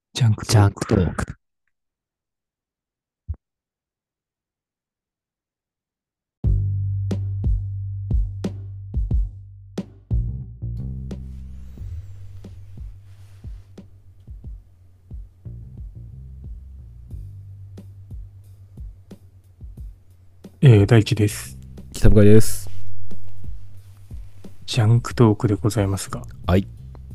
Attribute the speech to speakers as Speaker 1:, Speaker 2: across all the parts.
Speaker 1: ジャンク
Speaker 2: ジャン
Speaker 1: トーク。
Speaker 2: クトーク。
Speaker 1: 大地です。
Speaker 2: 北向かいです。
Speaker 1: ジャンクトークでございますが、
Speaker 2: はい。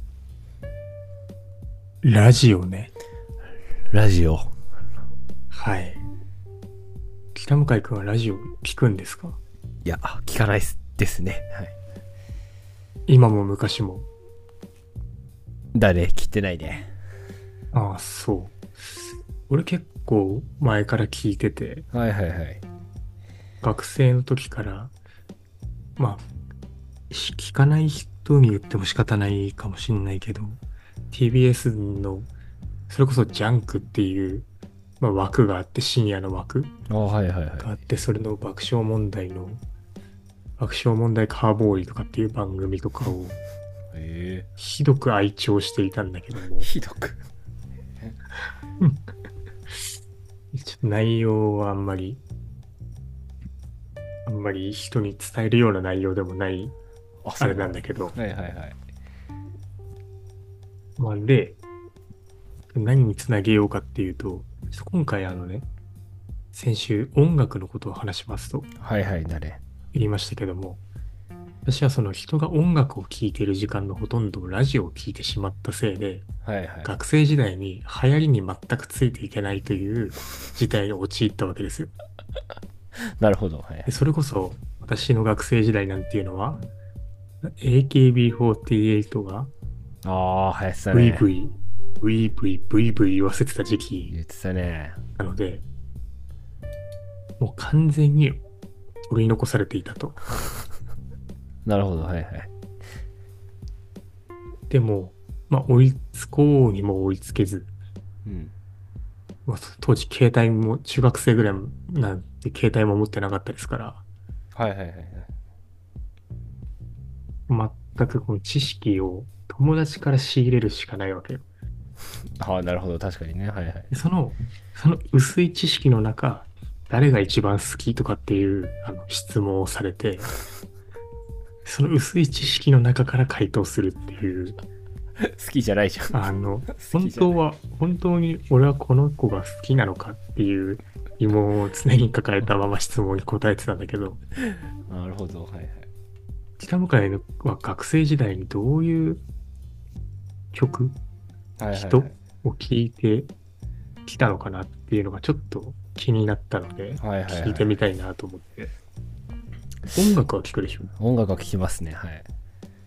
Speaker 1: ラジオね。
Speaker 2: ラジオ。
Speaker 1: はい。北向井くんはラジオ聞くんですか？
Speaker 2: いや、聞かないですね。はい。
Speaker 1: 今も昔も。
Speaker 2: だね、聞いてないね。
Speaker 1: ああ、そう。俺結構前から聞いてて、
Speaker 2: はいはいはい。
Speaker 1: 学生の時から、ま聞かない人に言っても仕方ないかもしんないけど、TBS の、それこそジャンクっていう、枠があって、深夜の枠
Speaker 2: あ、はいはいはい。
Speaker 1: があって、それの爆笑問題カーボーイとかっていう番組とかを
Speaker 2: え
Speaker 1: ひどく愛聴していたんだけど
Speaker 2: ー、
Speaker 1: も、
Speaker 2: ひどく。
Speaker 1: うんちょっと内容はあんまり人に伝えるような内容でもない
Speaker 2: あ、
Speaker 1: あれ
Speaker 2: そうなの。
Speaker 1: なんだけど、
Speaker 2: はいはいはい。
Speaker 1: で、何につなげようかっていうと、ちょっと今回先週音楽のことを話しますと
Speaker 2: はいはい、だね。
Speaker 1: 言いましたけども、私はその人が音楽を聴いている時間のほとんどをラジオを聴いてしまったせいで、
Speaker 2: はいはい。
Speaker 1: 学生時代に流行りに全くついていけないという事態に陥ったわけですよ。
Speaker 2: なるほど。はいは
Speaker 1: で、
Speaker 2: い。
Speaker 1: それこそ私の学生時代なんていうのは AKB48 が
Speaker 2: ああ、流行ってたね。
Speaker 1: ブイブイ、ブイブイ、ブイブイ言わせてた時期
Speaker 2: 言ってたね。
Speaker 1: なので、もう完全に取り残されていたと。
Speaker 2: なるほど。はいはい。
Speaker 1: でも、追いつこうにも追いつけず、
Speaker 2: うん。
Speaker 1: 当時携帯も中学生ぐらいなんて携帯も持ってなかったですから、
Speaker 2: はいはいはいはい。
Speaker 1: 全くこの知識を友達から仕入れるしかないわけよ。
Speaker 2: ああ、なるほど。確かにね。はいはい。
Speaker 1: でその薄い知識の中、誰が一番好きとかっていう質問をされて、その薄い知識の中から回答するっていう、
Speaker 2: 好きじゃないじゃん。好きじゃない。
Speaker 1: 本当に俺はこの子が好きなのかっていう疑問を常に抱えたまま質問に答えてたんだけど、
Speaker 2: なるほど。はいはい。
Speaker 1: 北向井は学生時代にどういう曲、
Speaker 2: はいはいはい。
Speaker 1: 人を聞いてきたのかなっていうのがちょっと気になったので、
Speaker 2: はいはいはい。
Speaker 1: 聞いてみたいなと思って。音楽は聞くでしょ？
Speaker 2: 音楽は聴きますね。はい。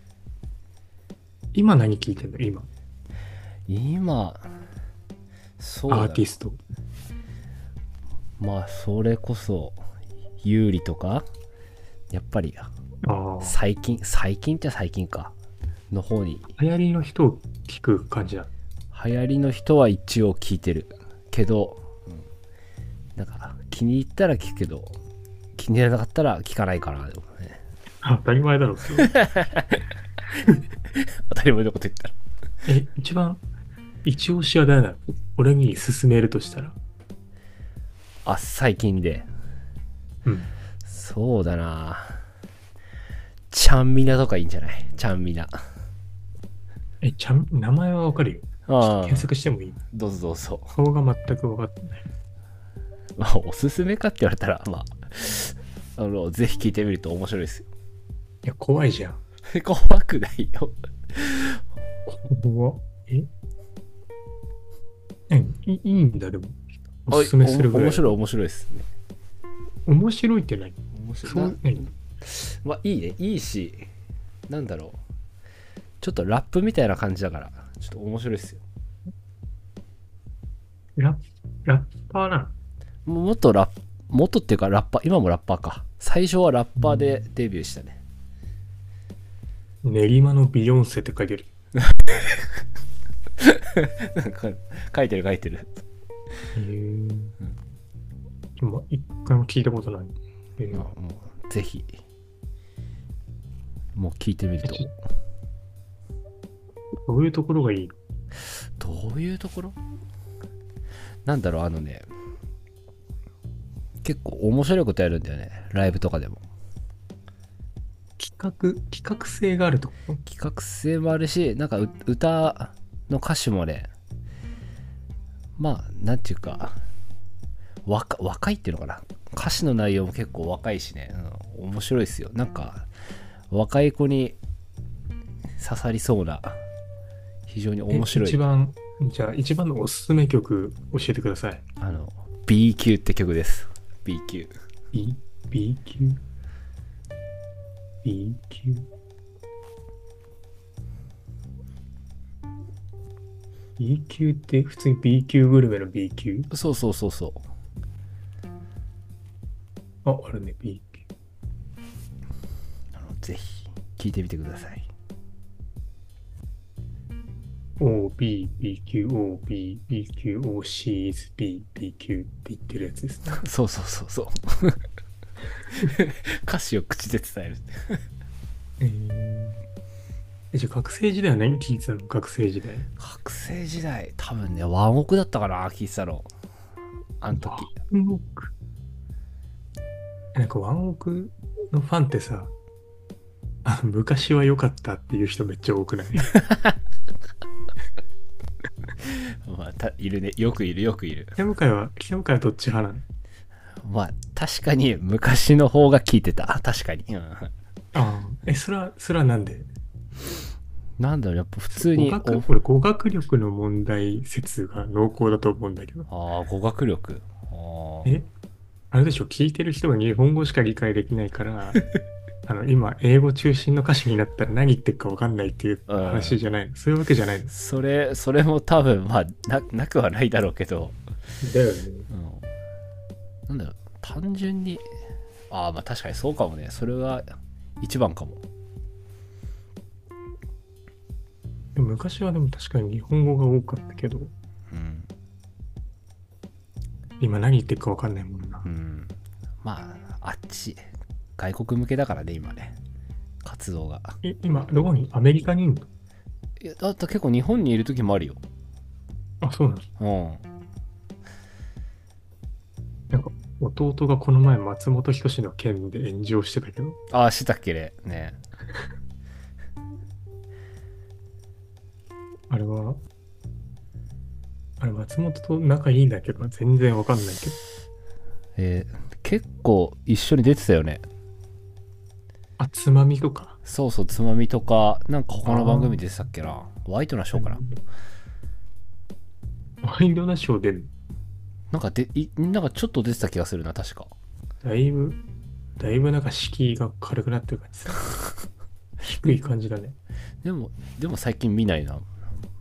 Speaker 1: 今何聞いてんの今？
Speaker 2: 今、そうだな。
Speaker 1: アーティスト。
Speaker 2: まあ、それこそ、有利とか、やっぱり、
Speaker 1: ああ、
Speaker 2: 最近っちゃ最近か。の方に、
Speaker 1: 流行りの人を聞く感じだ。
Speaker 2: 流行りの人は一応聞いてる。けど、なんか、気に入ったら聞くけど、気に入らなかったら聞かないかな。でもね、
Speaker 1: 当たり前だろ、それは。
Speaker 2: 当たり前のこと言ったら。
Speaker 1: 一押しは誰なの？俺に勧めるとしたら。
Speaker 2: あ、最近で。
Speaker 1: うん。
Speaker 2: そうだな。ちゃんみなとかいいんじゃない？ちゃんみな。
Speaker 1: 名前はわかるよ。ちょっと検
Speaker 2: ああ、
Speaker 1: 索してもいい？
Speaker 2: どうぞどうぞ。
Speaker 1: 顔が全く分かってない。
Speaker 2: まあ、おすすめかって言われたら、まあ、ぜひ聞いてみると面白いですよ。
Speaker 1: いや、怖いじゃん。
Speaker 2: 怖くないよ。
Speaker 1: 怖っ。いいんだ、でも。お
Speaker 2: あ、
Speaker 1: すすめするぐらい。
Speaker 2: 面白い面白いですね。
Speaker 1: 面白いって何？
Speaker 2: 面白いな。
Speaker 1: そう、何？
Speaker 2: まあ、いいね。いいし、なんだろう。ちょっとラップみたいな感じだから、ちょっと面白いですよ。
Speaker 1: ラッ、ラッパーなの？
Speaker 2: もっと元っていうかラッパー、今もラッパーか。最初はラッパーでデビューしたね。
Speaker 1: 練馬のビヨンセって書いてる。
Speaker 2: なんか書いてる書いてる。
Speaker 1: へえ。一回も聞いたことない。
Speaker 2: まあ、もう、ぜひ、もう聞いてみると。
Speaker 1: どういうところがいいの？
Speaker 2: どういうところなんだろう、結構面白いことやるんだよね、ライブとかでも。
Speaker 1: 企画性があるところ。
Speaker 2: 企画性もあるし、なんか歌の歌詞もね、まあなんていうか、若いっていうのかな、歌詞の内容も結構若いしね、面白いですよ。なんか若い子に刺さりそうな、非常に面白い。
Speaker 1: じゃあ一番のおすすめ曲教えてください。
Speaker 2: B 級って曲です。 B 級。
Speaker 1: B 級 B 級 B 級って普通に B 級グルメの B 級。
Speaker 2: そうそうそうそう。
Speaker 1: あるね、B 級。
Speaker 2: ぜひ聞いてみてください。
Speaker 1: O, B, B 級 O, B, B 級 O, C is B, B 級って言ってるやつですね。
Speaker 2: そうそうそうそう。歌詞を口で伝える。
Speaker 1: じゃあ学生時代は何聞いてたの？学生時代。
Speaker 2: 学生時代、多分ね、ワンオクだったかな、聞いてたの。あの時。
Speaker 1: ワンオク。なんかワンオクのファンってさ、昔は良かったっていう人めっちゃ多くない？
Speaker 2: まあ、いるね。よくいる。
Speaker 1: 北向はどっち派なの？
Speaker 2: まあ、確かに昔の方が聞いてた。確かに。
Speaker 1: それはなんで？
Speaker 2: なんだろう、やっぱ普通に。
Speaker 1: 俺、語学力の問題説が濃厚だと思うんだけど。
Speaker 2: 語学力。
Speaker 1: あれでしょ、聞いてる人が日本語しか理解できないから、今、英語中心の歌詞になったら何言ってるか分かんないっていう話じゃないの？そういうわけじゃないの？
Speaker 2: それも多分、まあ、なくはないだろうけど。
Speaker 1: だよね。
Speaker 2: なんだろう、単純に、まあ確かにそうかもね。それが一番かも。
Speaker 1: 昔はでも確かに日本語が多かったけど、今何言ってるか分かんないもんな。
Speaker 2: まあ、外国向けだからね、今ね。活動が。
Speaker 1: 今、どこに？アメリカにいるの？
Speaker 2: いや、だって結構日本にいる時もあるよ。
Speaker 1: そうなの？なんか、弟がこの前松本人志の件で炎上してたけど。
Speaker 2: してたっけね。
Speaker 1: あれ松本と仲いいんだけど、全然わかんない
Speaker 2: けど。結構一緒に出てたよね。
Speaker 1: つまみとか。
Speaker 2: そうそう、つまみとか、なんか他の番組でしたっけな。ワイドなショーかな。
Speaker 1: ワイドなショー出る？
Speaker 2: なんかちょっと出てた気がするな、確か。
Speaker 1: だいぶなんか敷居が軽くなってる感じさ。低い感じだね。
Speaker 2: でも最近見ないな。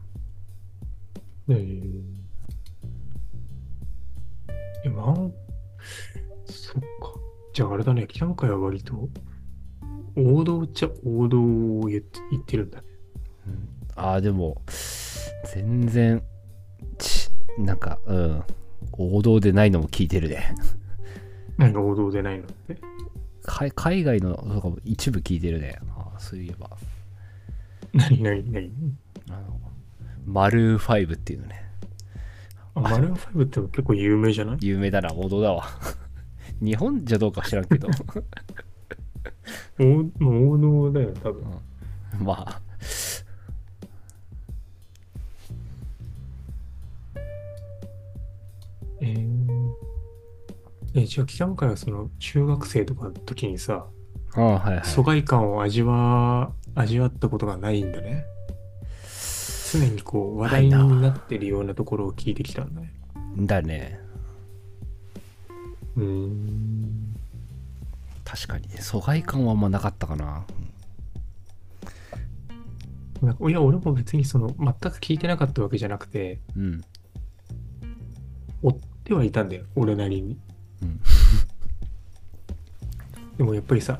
Speaker 1: そっか。じゃああれだね、北向は割と王道っちゃ王道を言ってるんだね。
Speaker 2: でも全然なんか王道でないのも聞いてるね。
Speaker 1: 何が王道でないのって？
Speaker 2: 海外のとかも一部聞いてるね。そういえば。
Speaker 1: 何
Speaker 2: マルーン5っていうのね。
Speaker 1: マルーン5って結構有名じゃない？
Speaker 2: 有名だな、王道だわ。日本じゃどうか知らんけど。
Speaker 1: 王道だよ、多分。
Speaker 2: まあ。
Speaker 1: じゃあ北向はその中学生とかの時にさ、
Speaker 2: 疎
Speaker 1: 外感を味わったことがないんだね。常にこう話題になってるようなところを聞いてきたんだね。
Speaker 2: だね。確かにね、疎外感はあんまなかったかな。
Speaker 1: いや、俺も別に全く聞いてなかったわけじゃなくて、追ってはいたんだよ、俺なりに。でもやっぱりさ、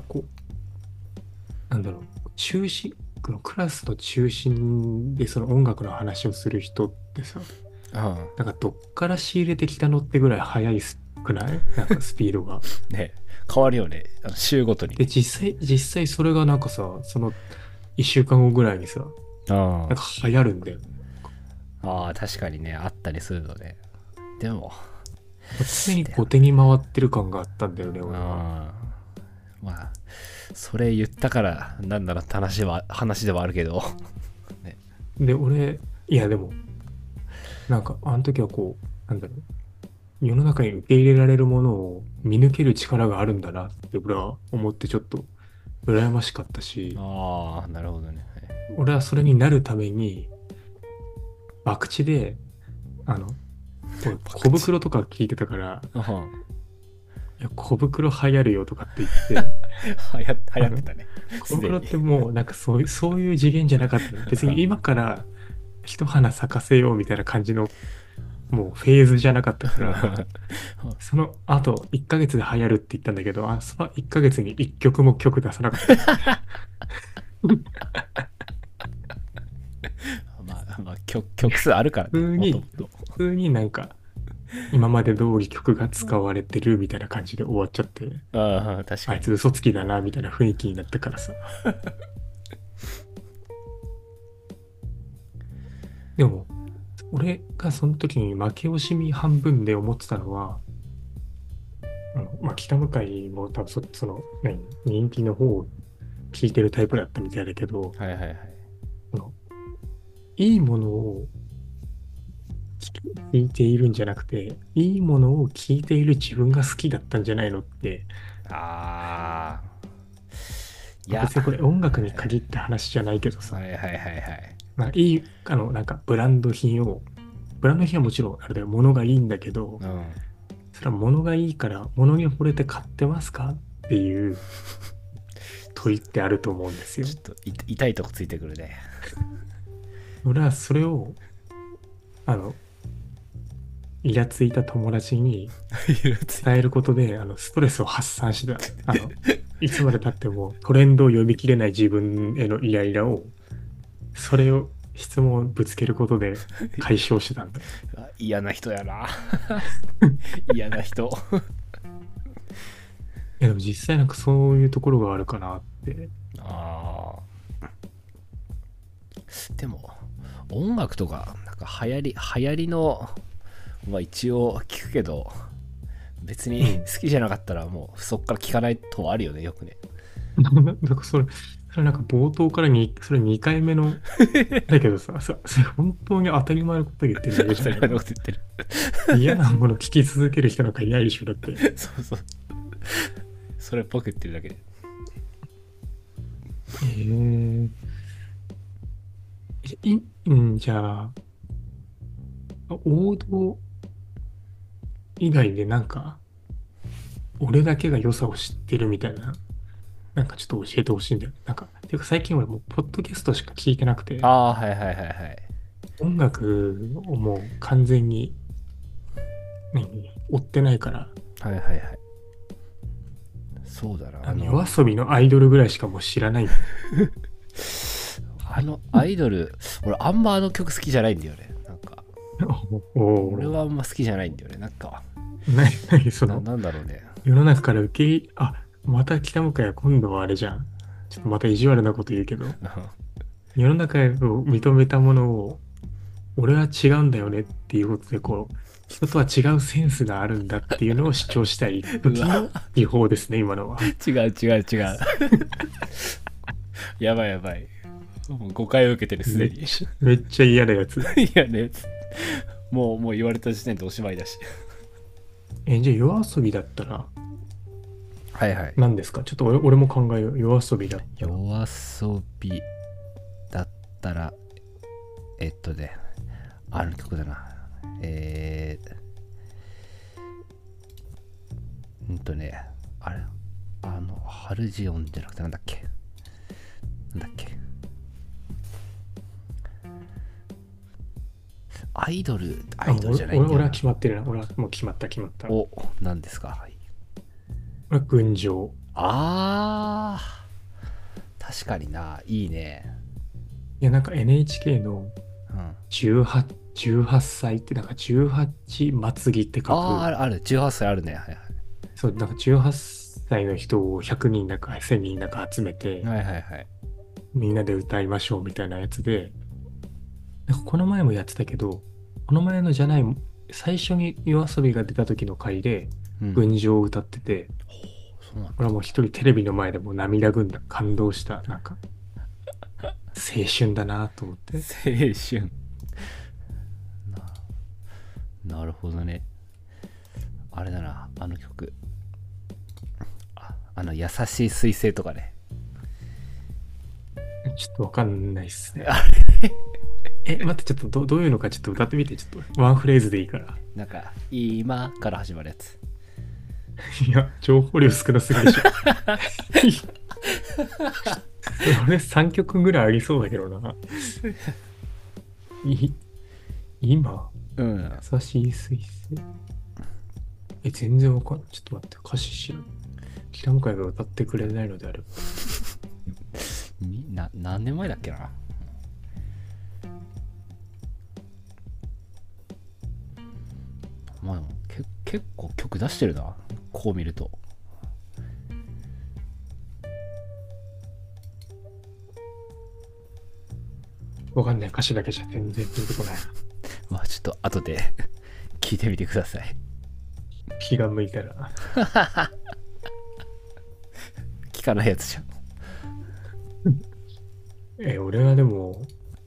Speaker 1: クラスの中心でその音楽の話をする人ってさ、なんかどっから仕入れてきたのってぐらい速いくない？なんかスピードが。
Speaker 2: ね、変わるよね、週ごとに。
Speaker 1: で、実際それがなんかさ、その1週間後ぐらいにさ、なんか流行るんだよ。
Speaker 2: ああ、確かにね、あったりするのね。でも、
Speaker 1: 常に後手に回ってる感があったんだよね、俺は。
Speaker 2: あまあ、それ言ったから、なんだろうって話ではあるけど、ね、
Speaker 1: で、いやでも、なんか、あの時はこう、なんだろう、世の中に受け入れられるものを見抜ける力があるんだなって俺は思ってちょっと羨ましかったし、
Speaker 2: ああ、なるほどね。
Speaker 1: 俺はそれになるために、博打で、あの、俺小袋とか聞いてたから、
Speaker 2: うん、
Speaker 1: いや、小袋流行るよとかって言って、
Speaker 2: 流行
Speaker 1: あの、
Speaker 2: ってたね。
Speaker 1: 小
Speaker 2: すでに。
Speaker 1: 袋ってもうなんかそういう次元じゃなかったの。別に今から一花咲かせようみたいな感じのもうフェーズじゃなかったから、その後1ヶ月で流行るって言ったんだけど、その1ヶ月に1曲も曲出さなかった。
Speaker 2: まあ、曲数あるからね、
Speaker 1: 普通に、
Speaker 2: もともと。
Speaker 1: 普通になんか今まで通り曲が使われてるみたいな感じで終わっちゃって、
Speaker 2: ああ、確かに。
Speaker 1: あいつ嘘つきだなみたいな雰囲気になったからさ。でも、俺がその時に負け惜しみ半分で思ってたのは、まあ、北向井も多分人気の方を聞いてるタイプだったみたいだけど、
Speaker 2: はいはいはい。
Speaker 1: そのいいものを聞いているんじゃなくて、いいものを聞いている自分が好きだったんじゃないのって、
Speaker 2: ああ、いや、
Speaker 1: 別にこれ音楽に限った話じゃないけどさ、
Speaker 2: はいはいはいはい。
Speaker 1: まあ、なんかブランド品はもちろん、あれだよ、物がいいんだけど、
Speaker 2: うん。
Speaker 1: それは物がいいから、物に惚れて買ってますかっていう問いってあると思うんですよ。
Speaker 2: ちょっと痛いとこついてくるね。
Speaker 1: 俺はそれを、あの、イラついた友達に伝えることで、ストレスを発散した。いつまで経ってもトレンドを読み切れない自分へのイライラを、質問をぶつけることで解消してたんだ。
Speaker 2: 嫌な人やな。嫌な人。
Speaker 1: いや、でも実際なんかそういうところがあるかなって。
Speaker 2: ああ。でも、音楽とか、なんか流行りの、まあ一応聞くけど、別に好きじゃなかったらもうそっから聞かないとはあるよね、よくね。
Speaker 1: なんかそれなんか冒頭からそれ2回目の、だけどさ、それ本当に当たり前のこと言ってるだけじゃないの。
Speaker 2: 当たり前のこと言ってる。
Speaker 1: 嫌なもの聞き続ける人なんかいないでしょ、だって。
Speaker 2: そうそう。それっぽく言ってるだけで。
Speaker 1: じゃあ、王道以外でなんか、俺だけが良さを知ってるみたいな、なんかちょっと教えてほしいんだよね。なんか、ていうか最近俺もう、ポッドキャストしか聞いてなくて、
Speaker 2: ああ、はいはいはいはい。
Speaker 1: 音楽をもう完全に、追ってないから、
Speaker 2: はいはいはい。そうだな。
Speaker 1: 夜遊びのアイドルぐらいしかもう知らない。
Speaker 2: アイドル、俺あんまあの曲好きじゃないんだよね。なんか、俺はあんま好きじゃないんだよね。なんか、なんだろうね。
Speaker 1: 世の中からまた北向は今度はあれじゃん。ちょっとまた意地悪なこと言うけど、世の中を認めたものを、俺は違うんだよねっていうことで、こう、人とは違うセンスがあるんだっていうのを主張したい時の技法ですね、今のは。
Speaker 2: 違う。やばいやばい。もう誤解を受けてる、すでに。
Speaker 1: めっちゃ嫌なやつ。
Speaker 2: いやね、もう言われた時点でおしまいだし。
Speaker 1: じゃあ夜遊びだったら
Speaker 2: はいはい。
Speaker 1: 何ですか？ちょっと俺も考えよう。夜遊びだったら。
Speaker 2: 夜遊びだったら、ある曲だな。あれハルジオンじゃなくてなんだっけアイドルじゃないんだよな。
Speaker 1: 俺は決まってるな。俺はもう決まった。
Speaker 2: お、何ですか？
Speaker 1: 俺は群青。
Speaker 2: あー、確かにな。いいね。
Speaker 1: いや、なんか NHK の18歳って、なんか18祭りって書く。
Speaker 2: ある。18歳あるね。はいはい。
Speaker 1: そう、なんか18歳の人を100人だか1000人だか集めて、
Speaker 2: はいはいはい。
Speaker 1: みんなで歌いましょうみたいなやつで、 なんかこの前もやってたけど、この前のじゃない、最初に夜遊びが出た時の回で、
Speaker 2: うん。
Speaker 1: 群青を歌ってて、
Speaker 2: そうなんだ。
Speaker 1: 俺はもう一人テレビの前でもう涙ぐんだ、感動した、なんか、青春だなと思って。
Speaker 2: 青春。なるほどね。あれだな、あの曲。優しい彗星とかね。
Speaker 1: ちょっとわかんないっすね。
Speaker 2: あ
Speaker 1: 待って、ちょっとどういうのかちょっと歌ってみて、ちょっとワンフレーズでいいから。
Speaker 2: なんか、今から始まるやつ。
Speaker 1: いや、情報量少なすぎでしょ。それ3曲ぐらいありそうだけどな。い、今、
Speaker 2: うん。
Speaker 1: 優しい彗星。全然わかんない。ちょっと待って、歌詞知らん。北向井が歌ってくれないのであれば。
Speaker 2: 何年前だっけな。まあでも結構曲出してるな。こう見ると。
Speaker 1: わかんない歌詞だけじゃ全然出てこない。
Speaker 2: まあちょっと後で聞いてみてください。
Speaker 1: 気が向いたら。
Speaker 2: 聞かないやつじゃん。
Speaker 1: 俺はでも、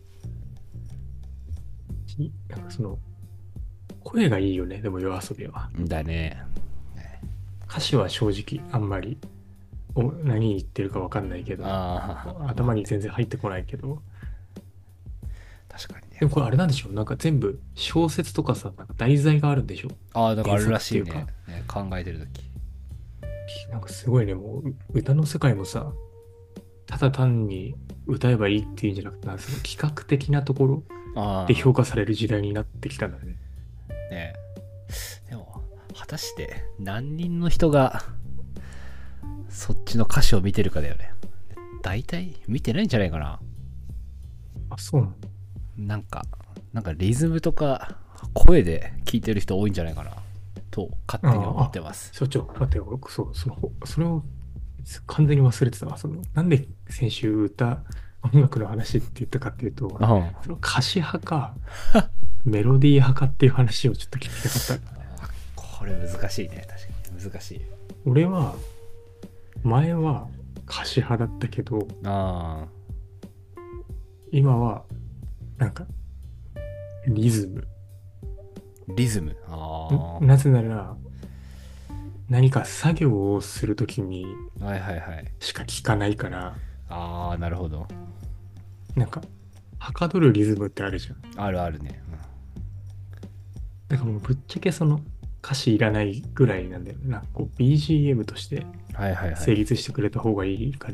Speaker 1: なんかその、声がいいよね、でも夜遊びは。
Speaker 2: だね。
Speaker 1: 歌詞は正直あんまり何言ってるかわかんないけど、
Speaker 2: ああ、まあね。
Speaker 1: 頭に全然入ってこないけど、
Speaker 2: 確かにね。
Speaker 1: でもこれあれなんでしょう、なんか全部小説とかさ、なんか題材があるんでしょ？
Speaker 2: ああ、だからあ
Speaker 1: 原
Speaker 2: るら
Speaker 1: 作っていうか、
Speaker 2: しいね。ね、考えてるとき。
Speaker 1: なんかすごいね、もう歌の世界もさ、ただ単に歌えばいいっていうんじゃなくて、なんかその企画的なところで
Speaker 2: あ
Speaker 1: 評価される時代になってきたんだね。
Speaker 2: あ、ね。でも、果たして何人の人がそっちの歌詞を見てるかだよね。大体見てないんじゃないかな。
Speaker 1: あ、そうなの？
Speaker 2: なんか、リズムとか声で聞いてる人多いんじゃないかな。と勝手に思ってます。
Speaker 1: 待ってよ、そう、それを完全に忘れてたわ。なんで先週音楽の話って言ったかっていうと、
Speaker 2: うん。
Speaker 1: その歌詞派か、メロディー派かっていう話をちょっと聞きたかった。
Speaker 2: これ難しいね。確かに難しい。
Speaker 1: 俺は、前は歌詞派だったけど、
Speaker 2: あ
Speaker 1: 今は、なんか、リズム。
Speaker 2: あ、リズム。あ
Speaker 1: なぜなら、何か作業をするときに
Speaker 2: あ、はいはいはい。
Speaker 1: しか聞かないから、
Speaker 2: ああ、なるほど。
Speaker 1: なんか、はかどるリズムってあるじゃん。
Speaker 2: あるあるね。
Speaker 1: だからもうぶっちゃけその歌詞いらないぐらいなんだよね。なんかこう BGM として
Speaker 2: うん、はいはいはい。
Speaker 1: 成立してくれた方がいいから、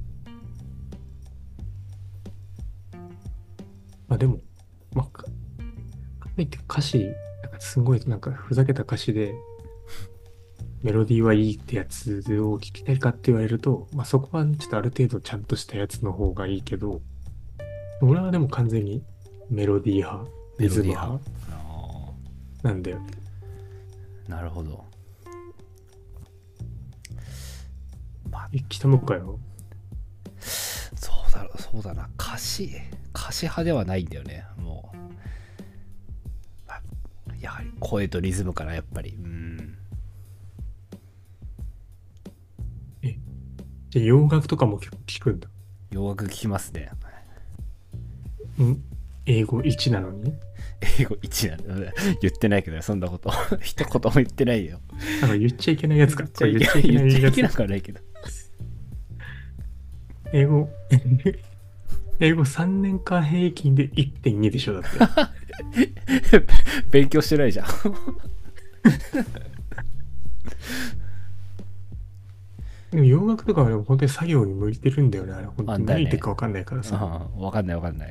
Speaker 1: まあでも、まあ、かといって歌詞、なんかすごいなんかふざけた歌詞でメロディーはいいってやつを聞きたいかって言われると、まあそこはちょっとある程度ちゃんとしたやつの方がいいけど、俺はでも完全にメロディー派、リ
Speaker 2: メロディー派。
Speaker 1: ズム派
Speaker 2: あ
Speaker 1: なんだよ。
Speaker 2: あ、なるほど。まあ、
Speaker 1: 北向かよ。
Speaker 2: そうだな。歌詞派ではないんだよね。もう、まあ、やはり声とリズムかな、やっぱり。うん。
Speaker 1: え、じゃあ洋楽とかも結構聞くんだ。
Speaker 2: 洋楽聞きますね。
Speaker 1: ん英語1なのに
Speaker 2: 英語1なんだ。言ってないけどね、そんなこと。一言も言ってないよ。
Speaker 1: 言っちゃいけないやつか。これ
Speaker 2: 言っ
Speaker 1: 言っちゃいけないやつ。
Speaker 2: ちゃいけなくはないけど。
Speaker 1: 英語、英語3年間平均で1.2でしょ、だって。
Speaker 2: 勉強してないじゃん。
Speaker 1: でも洋楽とかはでも本当に作業に向いてるんだよね。あれ、本当に
Speaker 2: だよね。
Speaker 1: 何言ってるか分かんないからさ。
Speaker 2: わかんないわかんない。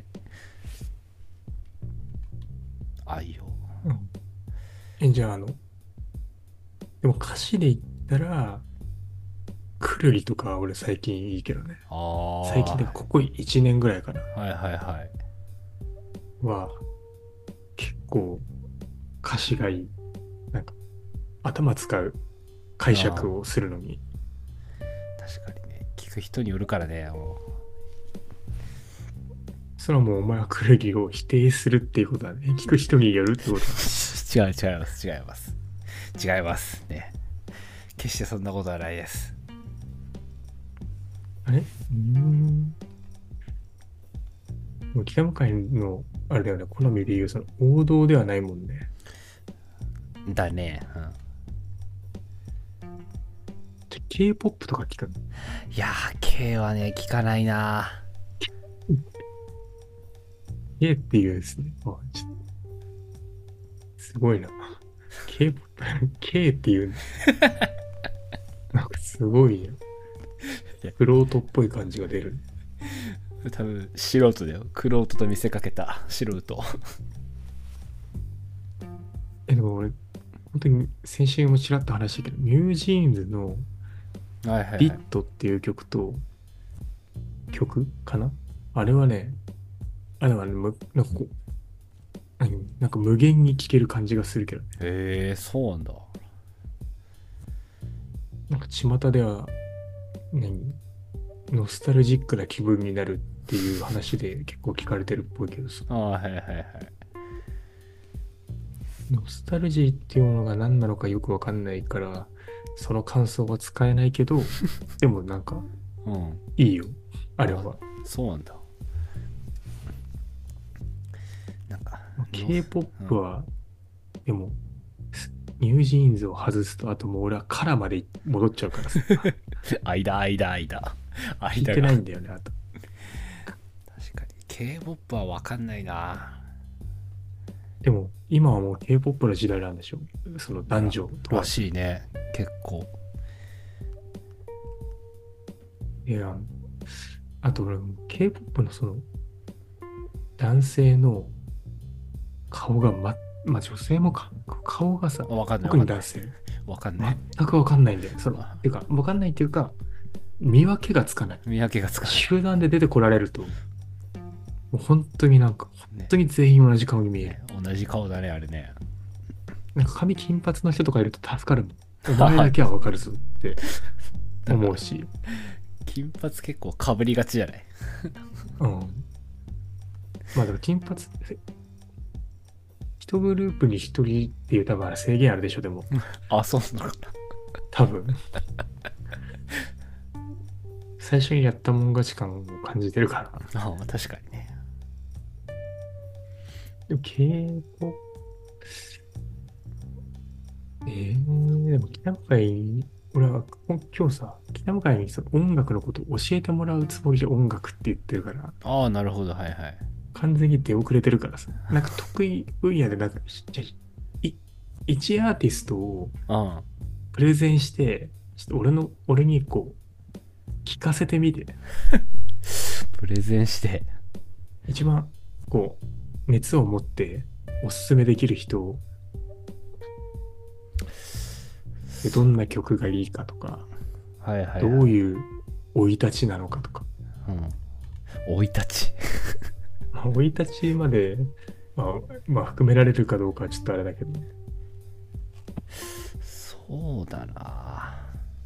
Speaker 2: あいよ。
Speaker 1: うん、じゃあでも歌詞で言ったら、くるりとかは俺最近いいけどね。最近で
Speaker 2: あ
Speaker 1: ここ1年ぐらいかな。
Speaker 2: あ、はいはいはい。
Speaker 1: は、結構歌詞がいい。なんか、頭使う解釈をするのに。
Speaker 2: 確かにね。聞く人によるからね。も
Speaker 1: それはもうお前はクレギを否定するっていうことだね。聞く人によるってことだ。
Speaker 2: 違います。違いますね。決してそんなことはないです。
Speaker 1: あれもう北向かいの、あれだよね、好みで言う、その王道ではないもんね。
Speaker 2: だね。
Speaker 1: K-POP とか聞くの？
Speaker 2: いやー、K はね、聞かないな。
Speaker 1: K っていうですね。すごいな。K-POP、K っていう、なんかすごいよ。フロートっぽい感じが出る。
Speaker 2: 多分、素人だよ。クロートと見せかけた素人。
Speaker 1: でも俺、本当に先週もちらっと話したけど、ニュージーンズの
Speaker 2: はいはいはい。
Speaker 1: ビットっていう曲かなあれはね、あれはね、なんかこう、なんか無限に聴ける感じがするけどね。
Speaker 2: へえ、そうなんだ。
Speaker 1: なんか巷では、何ノスタルジックな気分になるっていう話で結構聞かれてるっぽいけどさ。
Speaker 2: ああ、はいはいはい。
Speaker 1: ノスタルジーっていうものが何なのかよくわかんないから、その感想は使えないけど、でもなんか
Speaker 2: うん。
Speaker 1: いいよ、あれは。
Speaker 2: そうなんだ。なんか、
Speaker 1: K-POP は、でも、ニュージーンズを外すと、あともう俺はカラまで戻っちゃうからさ。聞い
Speaker 2: 間が。
Speaker 1: てないんだよね、あと。
Speaker 2: 確かに。K-POP はわかんないな。
Speaker 1: でも、今はもう K-POP の時代なんでしょ？その男女問
Speaker 2: ら
Speaker 1: わず。
Speaker 2: しいね。結構。
Speaker 1: いや、あと俺、K-POP のその、男性の顔がまあ女性もか、顔がさ、
Speaker 2: わかんない
Speaker 1: 特に男性、
Speaker 2: わかんない。
Speaker 1: 全くわかんないんだよ。てか、わかんないっていうか、見分けがつかない。
Speaker 2: 見分けがつかない。
Speaker 1: 集団で出てこられると、もう本当になんか、本当に全員同じ顔に見える。
Speaker 2: ね、同じ顔だね、あれね。
Speaker 1: なんか髪金髪の人とかいると助かるもん。お前だけはわかるぞって思うし。
Speaker 2: 金髪結構かぶりがちじゃない？
Speaker 1: うん。まあでも金髪、一グループに一人っていう多分あれ制限あるでしょ、でも。
Speaker 2: あ、そうなのか
Speaker 1: 多分。最初にやったもん勝ち感を感じてるから。
Speaker 2: な。あ、確かにね。
Speaker 1: でも K-POP、でも北向かい、俺は今日さ、北向かいにその音楽のことを教えてもらうつもりで音楽って言ってるから、
Speaker 2: ああ、なるほど、はいはい。
Speaker 1: 完全に出遅れてるからさ、なんか得意分野でなんか、い一アーティストを
Speaker 2: うん。
Speaker 1: プレゼンして、ちょっと俺にこう、聞かせてみて。
Speaker 2: プレゼンして。
Speaker 1: 一番、こう、熱を持っておすすめできる人を、でどんな曲がいいかとか、
Speaker 2: はいはい、はい。
Speaker 1: どういう生い立ちなのかとか。
Speaker 2: うん。生い立ち。
Speaker 1: まあ、生い立ちまで、まあ、含められるかどうかはちょっとあれだけど。
Speaker 2: そうだな。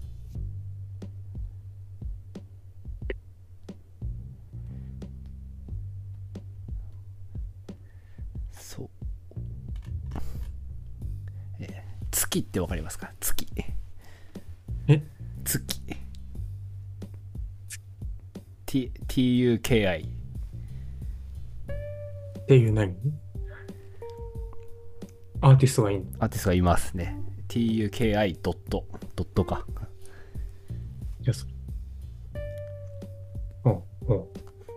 Speaker 2: そう。月ってわかりますか？月。
Speaker 1: え
Speaker 2: 月。TUKI。
Speaker 1: っていう何アーティストがいいの？
Speaker 2: アーティストがいますね。TUKI ドットか。
Speaker 1: じゃあうん。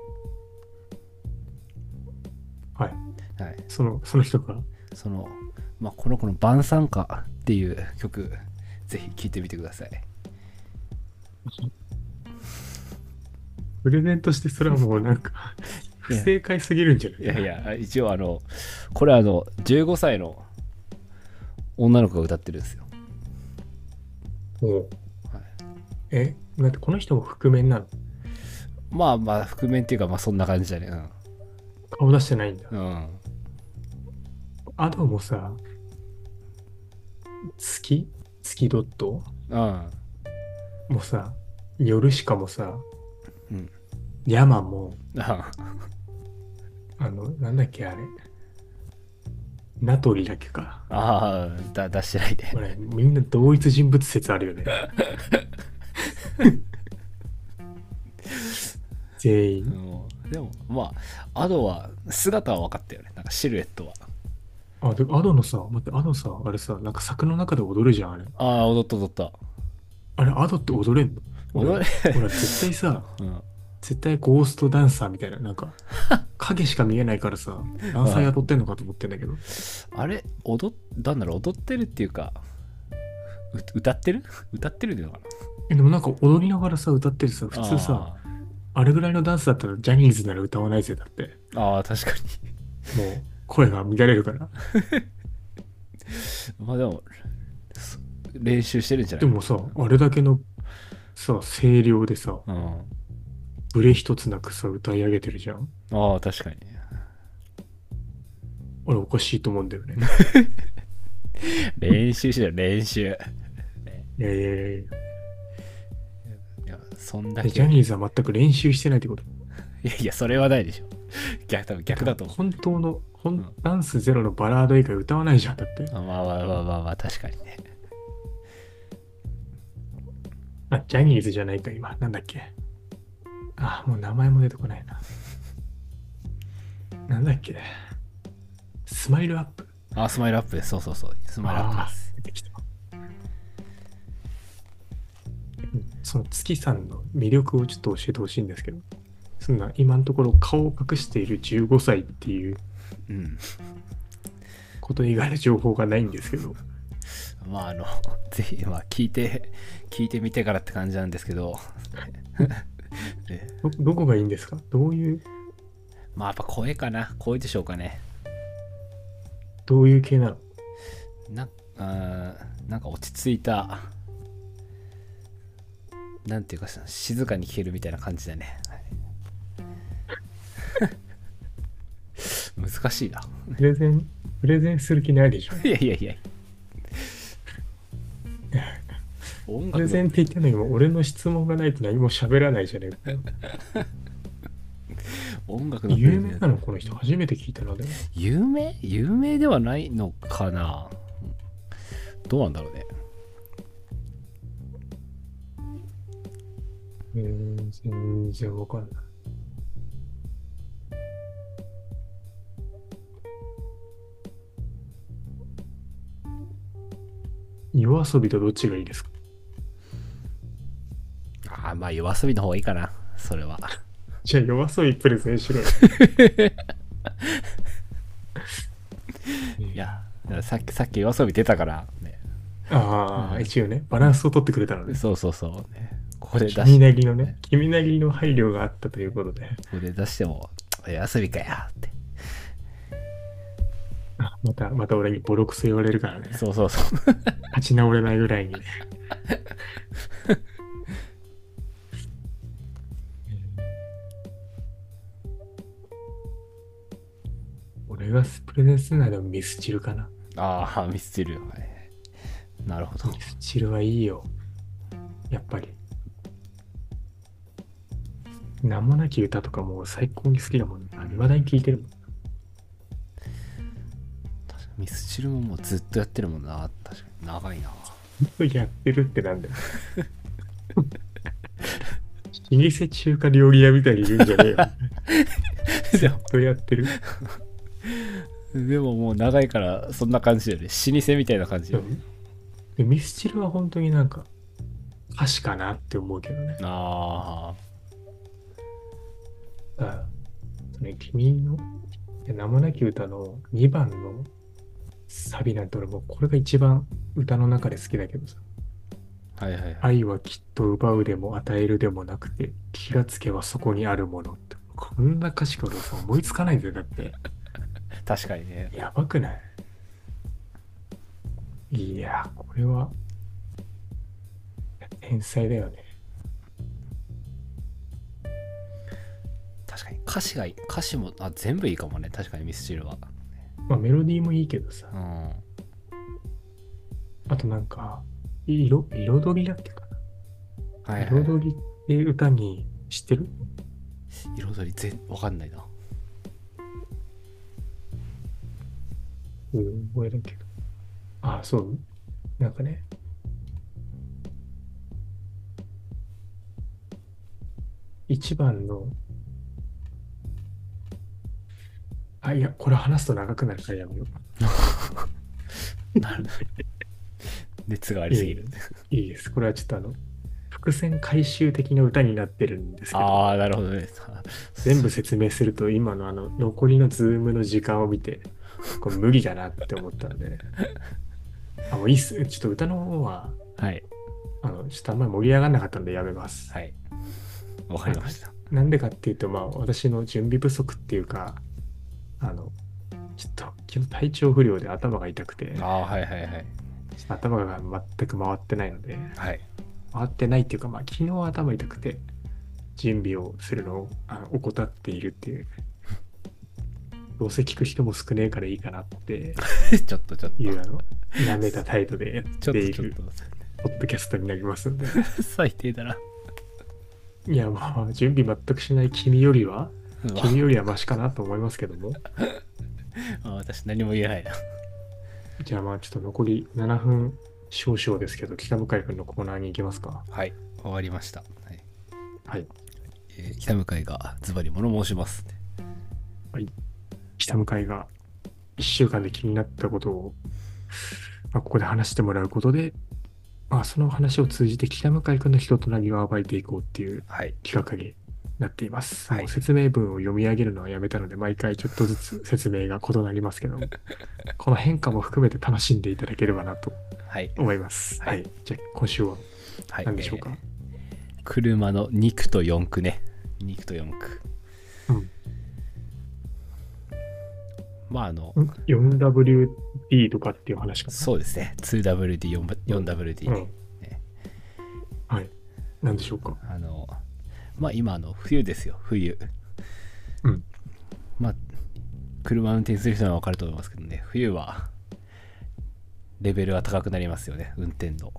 Speaker 1: はい。
Speaker 2: はい。
Speaker 1: その人から。
Speaker 2: まあ、この子の晩餐歌っていう曲、ぜひ聴いてみてください。
Speaker 1: プレゼントしてそれはもうなんか、不正解すぎるんじゃない？
Speaker 2: いやいや、一応これ15歳の女の子が歌ってるんですよ。
Speaker 1: おう。だってこの人も覆面なの？
Speaker 2: まあまあ、覆面っていうか、まあそんな感じだね。
Speaker 1: 顔出してないんだ。
Speaker 2: うん。
Speaker 1: アドもさ、月ドット
Speaker 2: うん。
Speaker 1: もさ、ヨルシカもさ、
Speaker 2: うん。
Speaker 1: ヤマも、 なんだっけあれ。ナトリだっけか。
Speaker 2: ああ、出してないで。
Speaker 1: これ、みんな同一人物説あるよね。全員。
Speaker 2: でも、まあ、アドは、姿は分かったよね。なんかシルエットは。
Speaker 1: あ、で、アドのさ、待って、アドさ、あれさ、なんか柵の中で踊るじゃん、あれ。
Speaker 2: ああ、踊った踊った。
Speaker 1: あれ、アドって踊れんの？
Speaker 2: 踊れ、
Speaker 1: 俺絶対さ、
Speaker 2: うん。
Speaker 1: 絶対ゴーストダンサーみたいな、なんか、影しか見えないからさ、ダンサー雇ってんのかと思ってんだけど。
Speaker 2: あれ、なんだろう、踊ってるっていうか、歌ってる歌ってるのか
Speaker 1: でもなんか踊りながらさ、歌ってるさ、普
Speaker 2: な。
Speaker 1: 通さ、あれぐらいのダンスだったらジャニーズなら歌わないぜ、だって。
Speaker 2: ああ、確か
Speaker 1: もう、声が乱れるから。
Speaker 2: に。まあでも、練習してるんじゃない？
Speaker 1: でもさ、あれだけのさ、声量でさ、
Speaker 2: うん。
Speaker 1: ブレ一つなくさ、歌い上げてるじゃん。
Speaker 2: ああ、確かに。
Speaker 1: 俺おかしいと思うんだよね。
Speaker 2: 練習してる、練習。
Speaker 1: いやいやいやいや。
Speaker 2: いや、そんだ
Speaker 1: で
Speaker 2: け。
Speaker 1: ジャニーズは全く練習してないってこと？
Speaker 2: いやいや、それはないでしょ。多分逆だと思う。
Speaker 1: 本当の、
Speaker 2: うん、
Speaker 1: ダンスゼロのバラード以外歌わないじゃん、だって。
Speaker 2: まあまあまあまあまあ、確かにね。
Speaker 1: あ、ジャニーズじゃないか、今。なんだっけ。あ、もう名前も出てこないな。なんだっけ。スマイルアップ。
Speaker 2: あ、スマイルアップです。そうそうそう。スマイルアップで
Speaker 1: ああ、
Speaker 2: す。
Speaker 1: 出てきた。その月さんの魅力をちょっと教えてほしいんですけど、そんな今のところ顔を隠している15歳っていう
Speaker 2: うん。
Speaker 1: こと以外の情報がないんですけど、
Speaker 2: まあ、ぜひ、まあ、聞いてみてからって感じなんですけど、で
Speaker 1: どこがいいんですか？どういう、
Speaker 2: まあ、やっぱ声かな。声でしょうかね。
Speaker 1: どういう系なの？
Speaker 2: な、なんか落ち着いた、なんていうかさ、静かに聞けるみたいな感じだね。難しいな。
Speaker 1: プレゼンする気ないでしょ？
Speaker 2: いやいやいや。音楽の、
Speaker 1: プレゼンって言ってんのにも俺の質問がないと何も喋らないじゃねえか。
Speaker 2: 音楽のプレゼン。
Speaker 1: 有名なのこの人初めて聞いたな。でも
Speaker 2: 有名ではないのかな。どうなんだろうね。
Speaker 1: 全然わかんない。夜遊びとどっちがいいですか？
Speaker 2: ああ、まあ夜遊びの方がいいかな。それは。
Speaker 1: じゃあ夜遊びプレゼンしろよ。
Speaker 2: いや、さっき夜遊び出たからね。
Speaker 1: ああ、一応ね、バランスを取ってくれたのね。
Speaker 2: そうそうそう。ね、ここで出
Speaker 1: 君
Speaker 2: し、
Speaker 1: なりのね、君なりの配慮があったということで、
Speaker 2: ここで出しても、遊びかよって。
Speaker 1: また俺にボロクソ言われるからね。
Speaker 2: そうそうそう。
Speaker 1: 立ち直れないぐらいにね。俺がプレゼンするのはでもミスチルかな。
Speaker 2: ああ、ミスチル。はい。なるほど。
Speaker 1: ミスチルはいいよ。やっぱり。名もなき歌とかもう最高に好きだもん。未だに聴いてるもん。
Speaker 2: ミスチルももうずっとやってるもんな。確かに。長いな。
Speaker 1: やってるってなんだよ。老舗中華料理屋みたいに言うんじゃねえよ。ずっとやってる。
Speaker 2: でももう長いからそんな感じだよね。老舗みたいな感じだよね。
Speaker 1: でミスチルは本当になんか歌詞かなって思うけどね。
Speaker 2: あ
Speaker 1: あ、それ君の名もなき歌の2番のサビなんて俺もうこれが一番歌の中で好きだけどさ。
Speaker 2: あ、はいはいはい。
Speaker 1: 愛はきっと奪うでも与えるでもなくて気がつけばそこにあるものって。こんな歌詞からさ思いつかないぜ。だって。
Speaker 2: 確かにね。
Speaker 1: やばくない？いや、これは天才だよね。
Speaker 2: 確かに歌詞も全部いいかもね。確かにミスチルは。
Speaker 1: まあメロディーもいいけどさ。
Speaker 2: うん。
Speaker 1: あとなんか、彩りだっけかな。
Speaker 2: はいはい。
Speaker 1: 彩りっていう歌に知ってる？
Speaker 2: 彩りわかんないな。
Speaker 1: 覚えだけど。あ、そう。なんかね、一番の、あ、いや、これ話すと長くなるからやめよ
Speaker 2: なる熱があ
Speaker 1: う。
Speaker 2: りすぎる。
Speaker 1: いいです。これはちょっと伏線回収的な歌になってるんですけど、
Speaker 2: ああ、なるほどね。
Speaker 1: 全部説明すると今の残りのズームの時間を見て、これ無理だなって思ったんで、あ、もういいっす。ちょっと歌の方は、
Speaker 2: はい。
Speaker 1: ちょっとあんまり盛り上がらなかったんでやめます。
Speaker 2: はい。わか
Speaker 1: あ
Speaker 2: りました。
Speaker 1: なんでかっていうと、まあ私の準備不足っていうか、あの、ちょっと昨日体調不良で頭が痛くて、
Speaker 2: ああ、はいはいはい。
Speaker 1: ちょっと頭が全く回ってないので、
Speaker 2: はい。
Speaker 1: 回ってないっていうか、まあ昨日頭痛くて準備をするのを怠っているっていう、どうせ聞く人も少ねえからいいかなって
Speaker 2: ちょっとちょっと。
Speaker 1: いう舐めた態度でやっ
Speaker 2: ちょっ
Speaker 1: ている
Speaker 2: とちょっと。
Speaker 1: ポッドキャストになりますんで。
Speaker 2: 最低だな。
Speaker 1: いや、まあ準備全くしない君よりは、
Speaker 2: うわ
Speaker 1: 君よりはマシかなと思いますけども。
Speaker 2: 私何も言えないな。
Speaker 1: じゃあまあちょっと残り7分少々ですけど、北向井君のコーナーに行きますか。
Speaker 2: はい。終わりました。はい。
Speaker 1: はい。
Speaker 2: 北向井がズバリ物申します。
Speaker 1: はい。北向井が1週間で気になったことを、まあ、ここで話してもらうことで、まあ、その話を通じて北向井君の人となりを暴いていこうっていう
Speaker 2: はい。
Speaker 1: 企画になっています。
Speaker 2: はい。
Speaker 1: もう説明文を読み上げるのはやめたので、毎回ちょっとずつ説明が異なりますけども、この変化も含めて楽しんでいただければなと
Speaker 2: はい。
Speaker 1: 思います。
Speaker 2: はい。
Speaker 1: はい。じゃあ今週は
Speaker 2: はい。
Speaker 1: 何でしょうか。
Speaker 2: 車の2区と4区ね。2区と4区。
Speaker 1: うん。
Speaker 2: まあ
Speaker 1: 4WD とかっていう話かな。
Speaker 2: そうですね。2WD、4WD ね。
Speaker 1: うん。はい。何でしょうか。
Speaker 2: まあ今冬ですよ。冬。
Speaker 1: うん。
Speaker 2: まあ車運転する人は分かると思いますけどね。冬はレベルが高くなりますよね。運転の。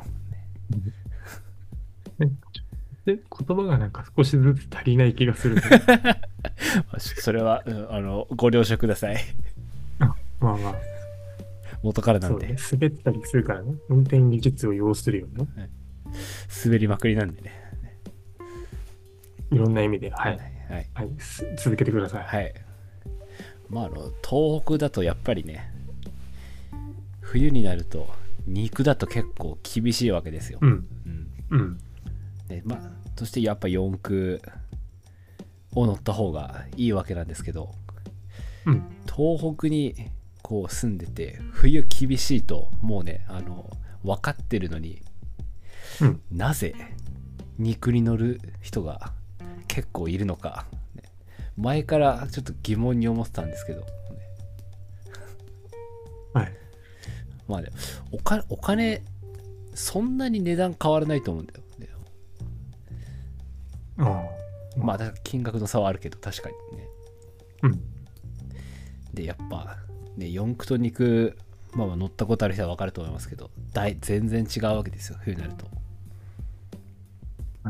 Speaker 1: で、言葉がなんか少しずつ足りない気がする。
Speaker 2: それは、ご了承ください。
Speaker 1: あ、まあまあ、
Speaker 2: 元からなんで、
Speaker 1: そうね。滑ったりするからね。運転技術を要するよね。
Speaker 2: 滑りまくりなんでね。
Speaker 1: いろんな意味で。はい。
Speaker 2: はい。
Speaker 1: はい。続けてください。
Speaker 2: はい。まあ東北だとやっぱりね、冬になると肉だと結構厳しいわけですよ。
Speaker 1: うん。
Speaker 2: うん。
Speaker 1: うん。
Speaker 2: で、まあ、そしてやっぱ四駆を乗った方がいいわけなんですけど、
Speaker 1: うん。
Speaker 2: 東北にこう住んでて、冬厳しいと、もうね、分かってるのに、
Speaker 1: うん。
Speaker 2: なぜ肉に乗る人が結構いるのか、ね、前からちょっと疑問に思ってたんですけど、ね、
Speaker 1: はい。
Speaker 2: まあね、お金、そんなに値段変わらないと思うんだよ。ね、
Speaker 1: ああ。
Speaker 2: まあ、だから金額の差はあるけど、確かにね。
Speaker 1: うん。
Speaker 2: で、やっぱ、ね、四駆と肉、まあ乗ったことある人は分かると思いますけど、全然違うわけですよ、冬になると。
Speaker 1: はい。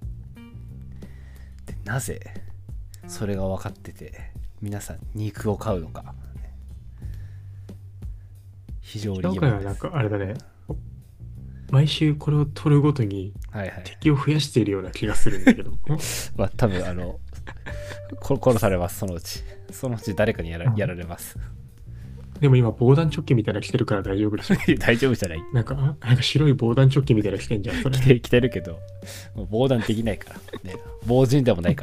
Speaker 2: で、なぜ、それが分かってて、皆さん肉を買うのか。非常に
Speaker 1: 今
Speaker 2: 疑問です。
Speaker 1: 回はなんかあれだね。毎週これを取るごとに
Speaker 2: はいはい。
Speaker 1: 敵を増やしているような気がするんだけど。
Speaker 2: まあ多分殺されます、そのうち。そのうち誰かにやられます。
Speaker 1: でも今防弾チョッキみたいなの着てるから大丈夫でしょ。
Speaker 2: 大丈夫じゃない。
Speaker 1: なんか白い防弾チョッキみたいなの着てんじゃん、それ。
Speaker 2: 着てるけど、もう防弾できないから。ね、防塵でもないから。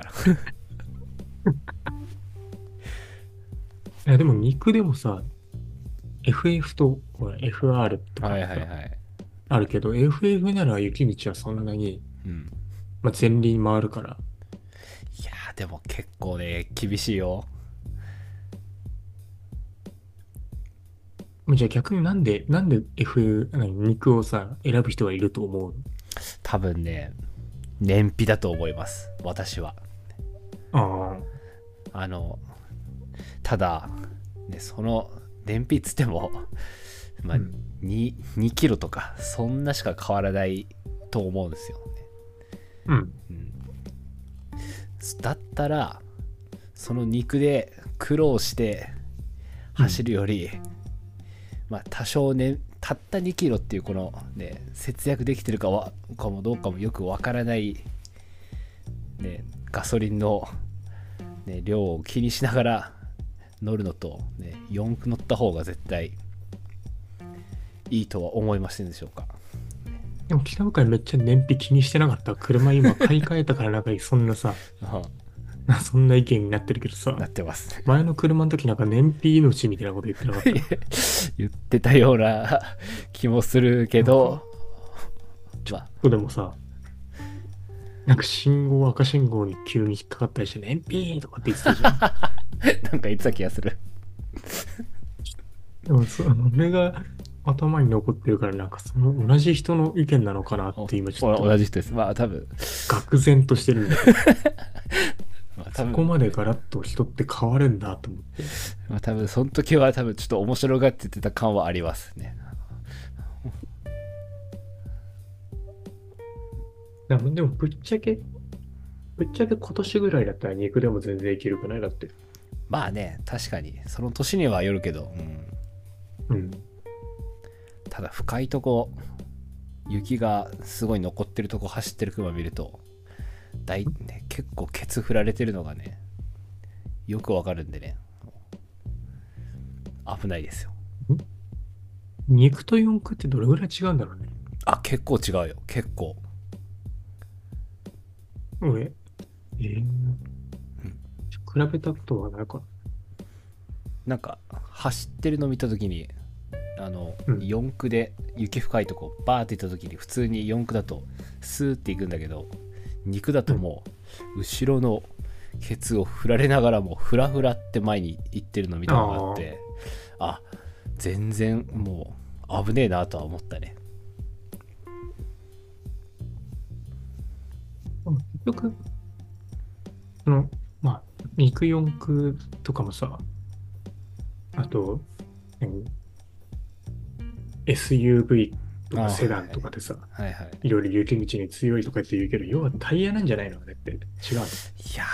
Speaker 1: いやでも肉でもさ、FF とほら FR とか
Speaker 2: はいはいはい。
Speaker 1: あるけど、FF なら雪道はそんなに、
Speaker 2: うん。
Speaker 1: まあ、前輪回るから。
Speaker 2: いやーでも結構ね、厳しいよ。
Speaker 1: じゃあ逆になんで 肉をさ、選ぶ人がいると思う？
Speaker 2: 多分ね、燃費だと思います。私は。
Speaker 1: あ
Speaker 2: あの、ただ、ね、その燃費っつっても、まあ、
Speaker 1: うん、
Speaker 2: 2キロとか、そんなしか変わらないと思うんですよね。
Speaker 1: うん、
Speaker 2: うん、だったら、その肉で苦労して走るより、 まあ多少ね、たった2キロっていうこのね、節約できてるかもどうかもよくわからないね、ガソリンの、ね、量を気にしながら乗るのと、ね、4駆乗った方が絶対いいとは思いませんでしょうか。
Speaker 1: でも北向かいめっちゃ燃費気にしてなかった。車今買い替えたからなんかそんなさ、そんな意見になってるけどさ、
Speaker 2: なってます。
Speaker 1: 前の車の時なんか燃費命みたいなこと言ってなかった。
Speaker 2: 言ってたような気もするけど、まあ、
Speaker 1: そうでもさ、なんか赤信号に急に引っかかったりして、燃費とかって言ってたじゃん。
Speaker 2: なんか言ってた気がする。
Speaker 1: でも俺が頭に残ってるから、なんかその同じ人の意見なのかなって今ちょっと
Speaker 2: 同じ人です。まあ多分。
Speaker 1: 愕然としてるんだけど、
Speaker 2: まあ、
Speaker 1: そこまでガラッと人って変わるんだと思って。
Speaker 2: まあ多分その時は多分ちょっと面白がって言ってた感はありますね。
Speaker 1: でもぶっちゃけ今年ぐらいだったら肉でも全然いけるくないだって。
Speaker 2: まあね、確かにその年にはよるけど、
Speaker 1: うん。
Speaker 2: ただ深いとこ、雪がすごい残ってるとこ走ってる車見るとね、結構ケツ振られてるのがね、よくわかるんでね、危ないですよ。
Speaker 1: 肉と四駆ってどれぐらい違うんだろうね。
Speaker 2: あ、結構違うよ、結構。
Speaker 1: 俺、比べたことはないか
Speaker 2: なんか走ってるの見た時に、
Speaker 1: うん
Speaker 2: 四駆で雪深いとこバーって行った時に普通に四駆だとスーって行くんだけど、肉だともう後ろのケツを振られながらもフラフラって前に行ってるの見たのがあって、全然もう危ねえなとは思ったね。
Speaker 1: 結局、その、まあ、肉四駆とかもさ、あと、SUV とかセダンとかでさ、
Speaker 2: はいはい。
Speaker 1: いろいろ雪道に強いとかって言うけど、要はタイヤなんじゃないのあれって違うの？
Speaker 2: いや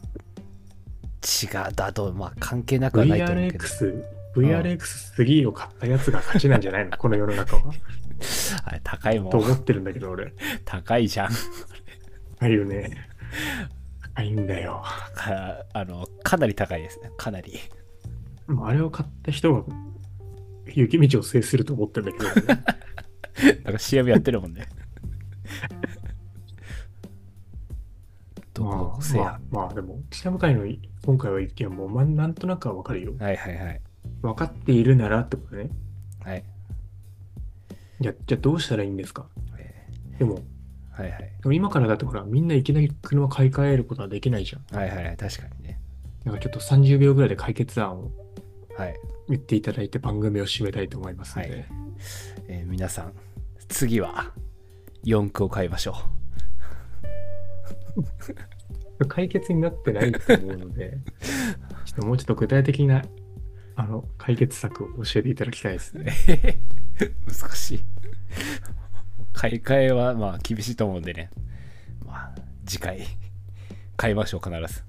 Speaker 2: 違うだと、まあ関係なくはないと思うけど。
Speaker 1: VRX3 を買ったやつが勝ちなんじゃないのこの世の中は。
Speaker 2: あれ高いもん。
Speaker 1: と思ってるんだけど、俺。
Speaker 2: 高いじゃん。
Speaker 1: 高いよね。高いんだよ。
Speaker 2: かなり高いですね。かなり。
Speaker 1: あれを買った人が雪道を制すると思ってるんだけど、ね、
Speaker 2: なんか CM やってるもんね。どこどこ制覇。
Speaker 1: まあでも、北向かいの今回は意見も、なんとなくはわかるよ。
Speaker 2: はいはいはい。
Speaker 1: 分かっているならってことね。
Speaker 2: はい。
Speaker 1: じゃあどうしたらいいんですか？でも、
Speaker 2: はいはい。
Speaker 1: でも今からだってほら、みんないきなり車買い替えることはできないじゃん。
Speaker 2: はいはいはい、確かにね。
Speaker 1: なんかちょっと30秒ぐらいで解決案を
Speaker 2: はい。
Speaker 1: 言っていただいて番組を締めたいと思いますので。
Speaker 2: はい。皆さん、次は四駆を買いましょ
Speaker 1: 解決になってないと思うので、ちょっともうちょっと具体的な解決策を教えていただきたいですね。
Speaker 2: う。難しい。買い替えはまあ厳しいと思うんでね。まあ、次回、買いましょう、必ず。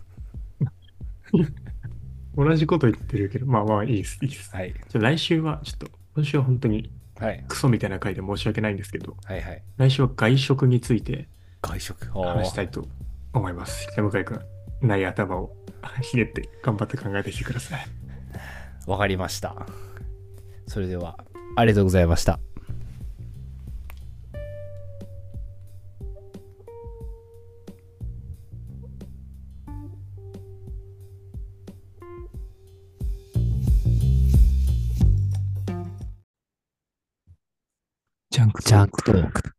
Speaker 1: 同じこと言ってるけど、まあまあいいです、いいです。
Speaker 2: はい。
Speaker 1: 来週はちょっと、今週は本当に
Speaker 2: はい。
Speaker 1: クソみたいな回で申し訳ないんですけど、
Speaker 2: はいはい。
Speaker 1: 来週は外食について
Speaker 2: 外食。
Speaker 1: 話したいと思います。北向井君、ない頭をひねって頑張って考えてきてください。
Speaker 2: わかりました。それでは、ありがとうございました。
Speaker 1: ジャンク
Speaker 2: ジャンクトーク。